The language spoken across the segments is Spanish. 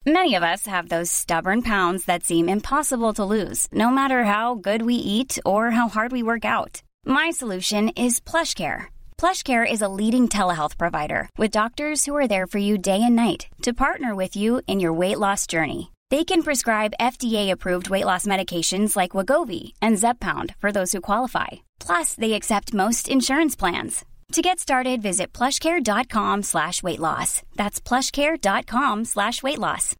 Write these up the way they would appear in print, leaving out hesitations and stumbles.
Many of us have those stubborn pounds that seem impossible to lose, no matter how good we eat or how hard we work out. My solution is PlushCare. PlushCare is a leading telehealth provider with doctors who are there for you day and night to partner with you in your weight loss journey. They can prescribe FDA-approved weight loss medications like Wegovy and Zepbound for those who qualify. Plus, they accept most insurance plans. To get started, visit plushcare.com/weightloss. That's plushcare.com/weightloss.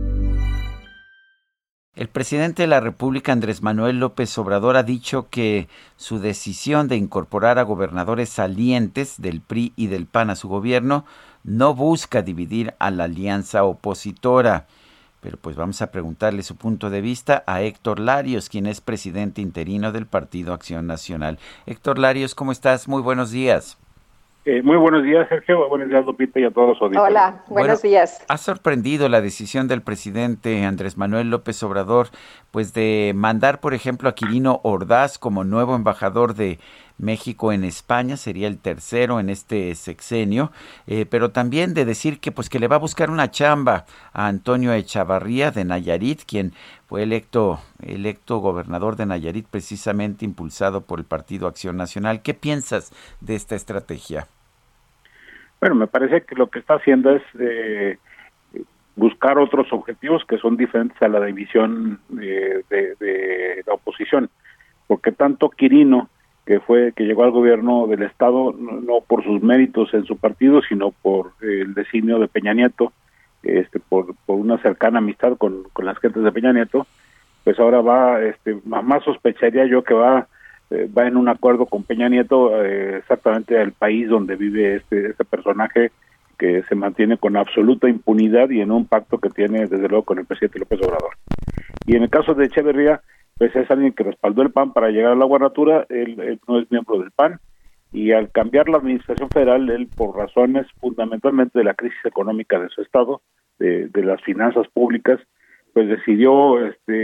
El presidente de la República, Andrés Manuel López Obrador, ha dicho que su decisión de incorporar a gobernadores salientes del PRI y del PAN a su gobierno no busca dividir a la alianza opositora. Pero pues vamos a preguntarle su punto de vista a Héctor Larios, quien es presidente interino del Partido Acción Nacional. Héctor Larios, ¿cómo estás? Muy buenos días. Muy buenos días, Sergio. Buenos días, Lupita, y a todos los auditores. Hola, buenos días. ¿Ha sorprendido la decisión del presidente Andrés Manuel López Obrador, pues de mandar, por ejemplo, a Quirino Ordaz como nuevo embajador de México en España? Sería el tercero en este sexenio, pero también de decir que pues que le va a buscar una chamba a Antonio Echavarría de Nayarit, quien fue electo gobernador de Nayarit, precisamente impulsado por el Partido Acción Nacional. ¿Qué piensas de esta estrategia? Bueno, me parece que lo que está haciendo es buscar otros objetivos que son diferentes a la división de la oposición, porque tanto Quirino, que llegó al gobierno del estado no por sus méritos en su partido, sino por el designio de Peña Nieto, por una cercana amistad con las gentes de Peña Nieto, pues ahora más sospecharía yo que va en un acuerdo con Peña Nieto, exactamente al país donde vive este personaje, que se mantiene con absoluta impunidad y en un pacto que tiene desde luego con el presidente López Obrador. Y en el caso de Echeverría, pues es alguien que respaldó el PAN para llegar a la gubernatura. Él no es miembro del PAN, y al cambiar la administración federal, él, por razones fundamentalmente de la crisis económica de su estado, de las finanzas públicas, pues decidió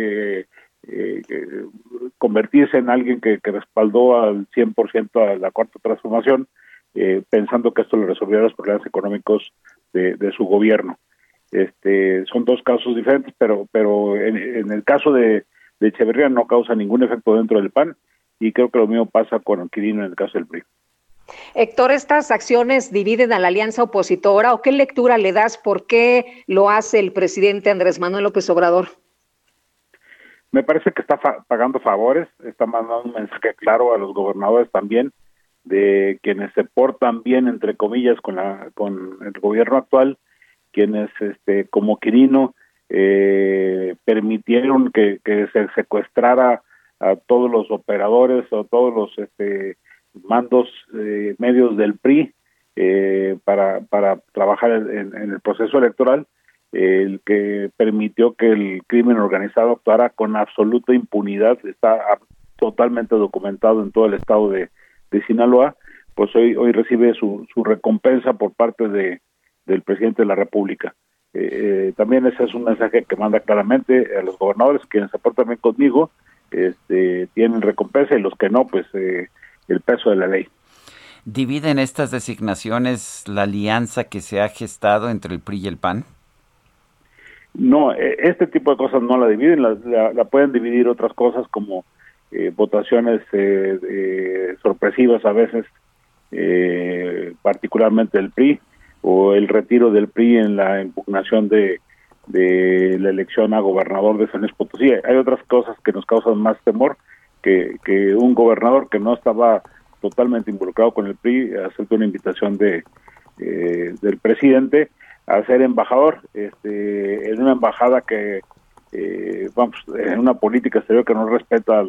convertirse en alguien que respaldó al 100% a la Cuarta Transformación, pensando que esto le resolviera los problemas económicos de su gobierno. Son dos casos diferentes, pero en el caso de Echeverría no causa ningún efecto dentro del PAN, y creo que lo mismo pasa con Quirino en el caso del PRI. Héctor, ¿estas acciones dividen a la alianza opositora o qué lectura le das? ¿Por qué lo hace el presidente Andrés Manuel López Obrador? Me parece que está pagando favores, está mandando un mensaje claro a los gobernadores también, de quienes se portan bien, entre comillas, con el gobierno actual, quienes como Quirino permitieron que se secuestrara a todos los operadores o todos los mandos medios del PRI para trabajar en el proceso electoral, el que permitió que el crimen organizado actuara con absoluta impunidad, está totalmente documentado en todo el estado de Sinaloa. Pues hoy recibe su recompensa por parte del presidente de la República. También ese es un mensaje que manda claramente a los gobernadores: quienes se portan bien conmigo tienen recompensa, y los que no, pues el peso de la ley. ¿Dividen estas designaciones la alianza que se ha gestado entre el PRI y el PAN? No, este tipo de cosas no la dividen, la pueden dividir otras cosas como votaciones sorpresivas a veces, particularmente del PRI, o el retiro del PRI en la impugnación de la elección a gobernador de San Luis Potosí. Hay otras cosas que nos causan más temor, que un gobernador que no estaba totalmente involucrado con el PRI acepte una invitación del presidente a ser embajador en una embajada que en una política exterior que no respeta a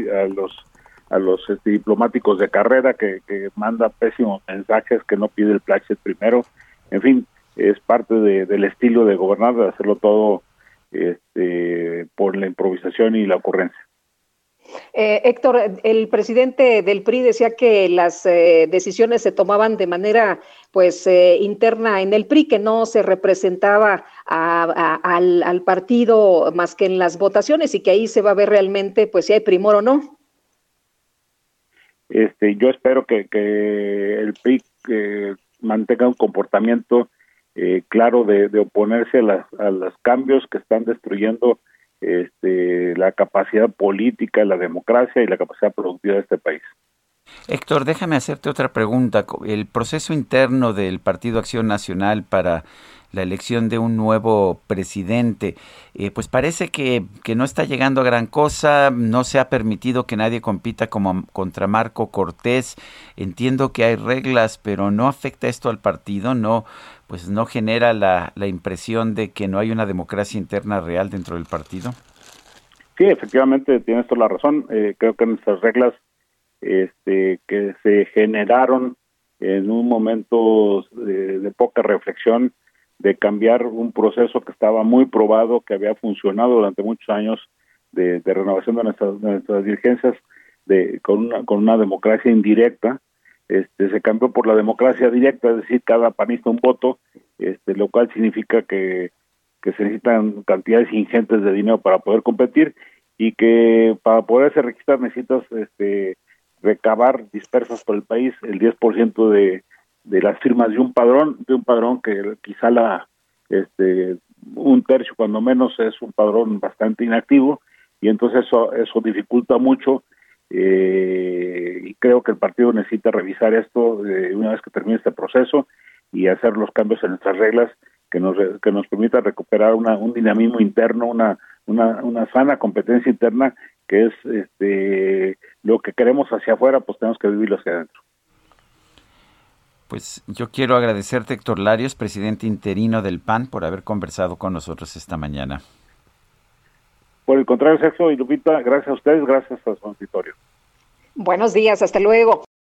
los diplomáticos de carrera, que manda pésimos mensajes, que no pide el plachet primero. En fin, es parte del estilo de gobernar, de hacerlo todo por la improvisación y la ocurrencia. Héctor, el presidente del PRI decía que las decisiones se tomaban de manera interna en el PRI, que no se representaba al partido más que en las votaciones, y que ahí se va a ver realmente si hay primor o no. Yo espero que el PRI mantenga un comportamiento claro de oponerse a los cambios que están destruyendo la capacidad política, la democracia y la capacidad productiva de este país. Héctor, déjame hacerte otra pregunta. El proceso interno del Partido Acción Nacional para la elección de un nuevo presidente, pues parece que no está llegando a gran cosa. No se ha permitido que nadie compita contra Marco Cortés. Entiendo que hay reglas, pero ¿no afecta esto al partido? Pues no genera la impresión de que no hay una democracia interna real dentro del partido. Sí, efectivamente, tienes toda la razón. Creo que nuestras reglas que se generaron en un momento de poca reflexión, de cambiar un proceso que estaba muy probado, que había funcionado durante muchos años de renovación de nuestras dirigencias, con una democracia indirecta, se cambió por la democracia directa, es decir, cada panista un voto, lo cual significa que se necesitan cantidades ingentes de dinero para poder competir, y que para poderse registrar necesitas recabar dispersas por el país el 10% de las firmas de un padrón que quizá un tercio cuando menos es un padrón bastante inactivo, y entonces eso dificulta mucho, y creo que el partido necesita revisar esto una vez que termine este proceso y hacer los cambios en nuestras reglas que nos permita recuperar un dinamismo interno, una sana competencia interna, que es lo que queremos hacia afuera, pues tenemos que vivirlo hacia adentro. Pues yo quiero agradecerte, Héctor Larios, presidente interino del PAN, por haber conversado con nosotros esta mañana. Por el contrario, Sergio y Lupita, gracias a ustedes, gracias a su auditorio. Buenos días, hasta luego.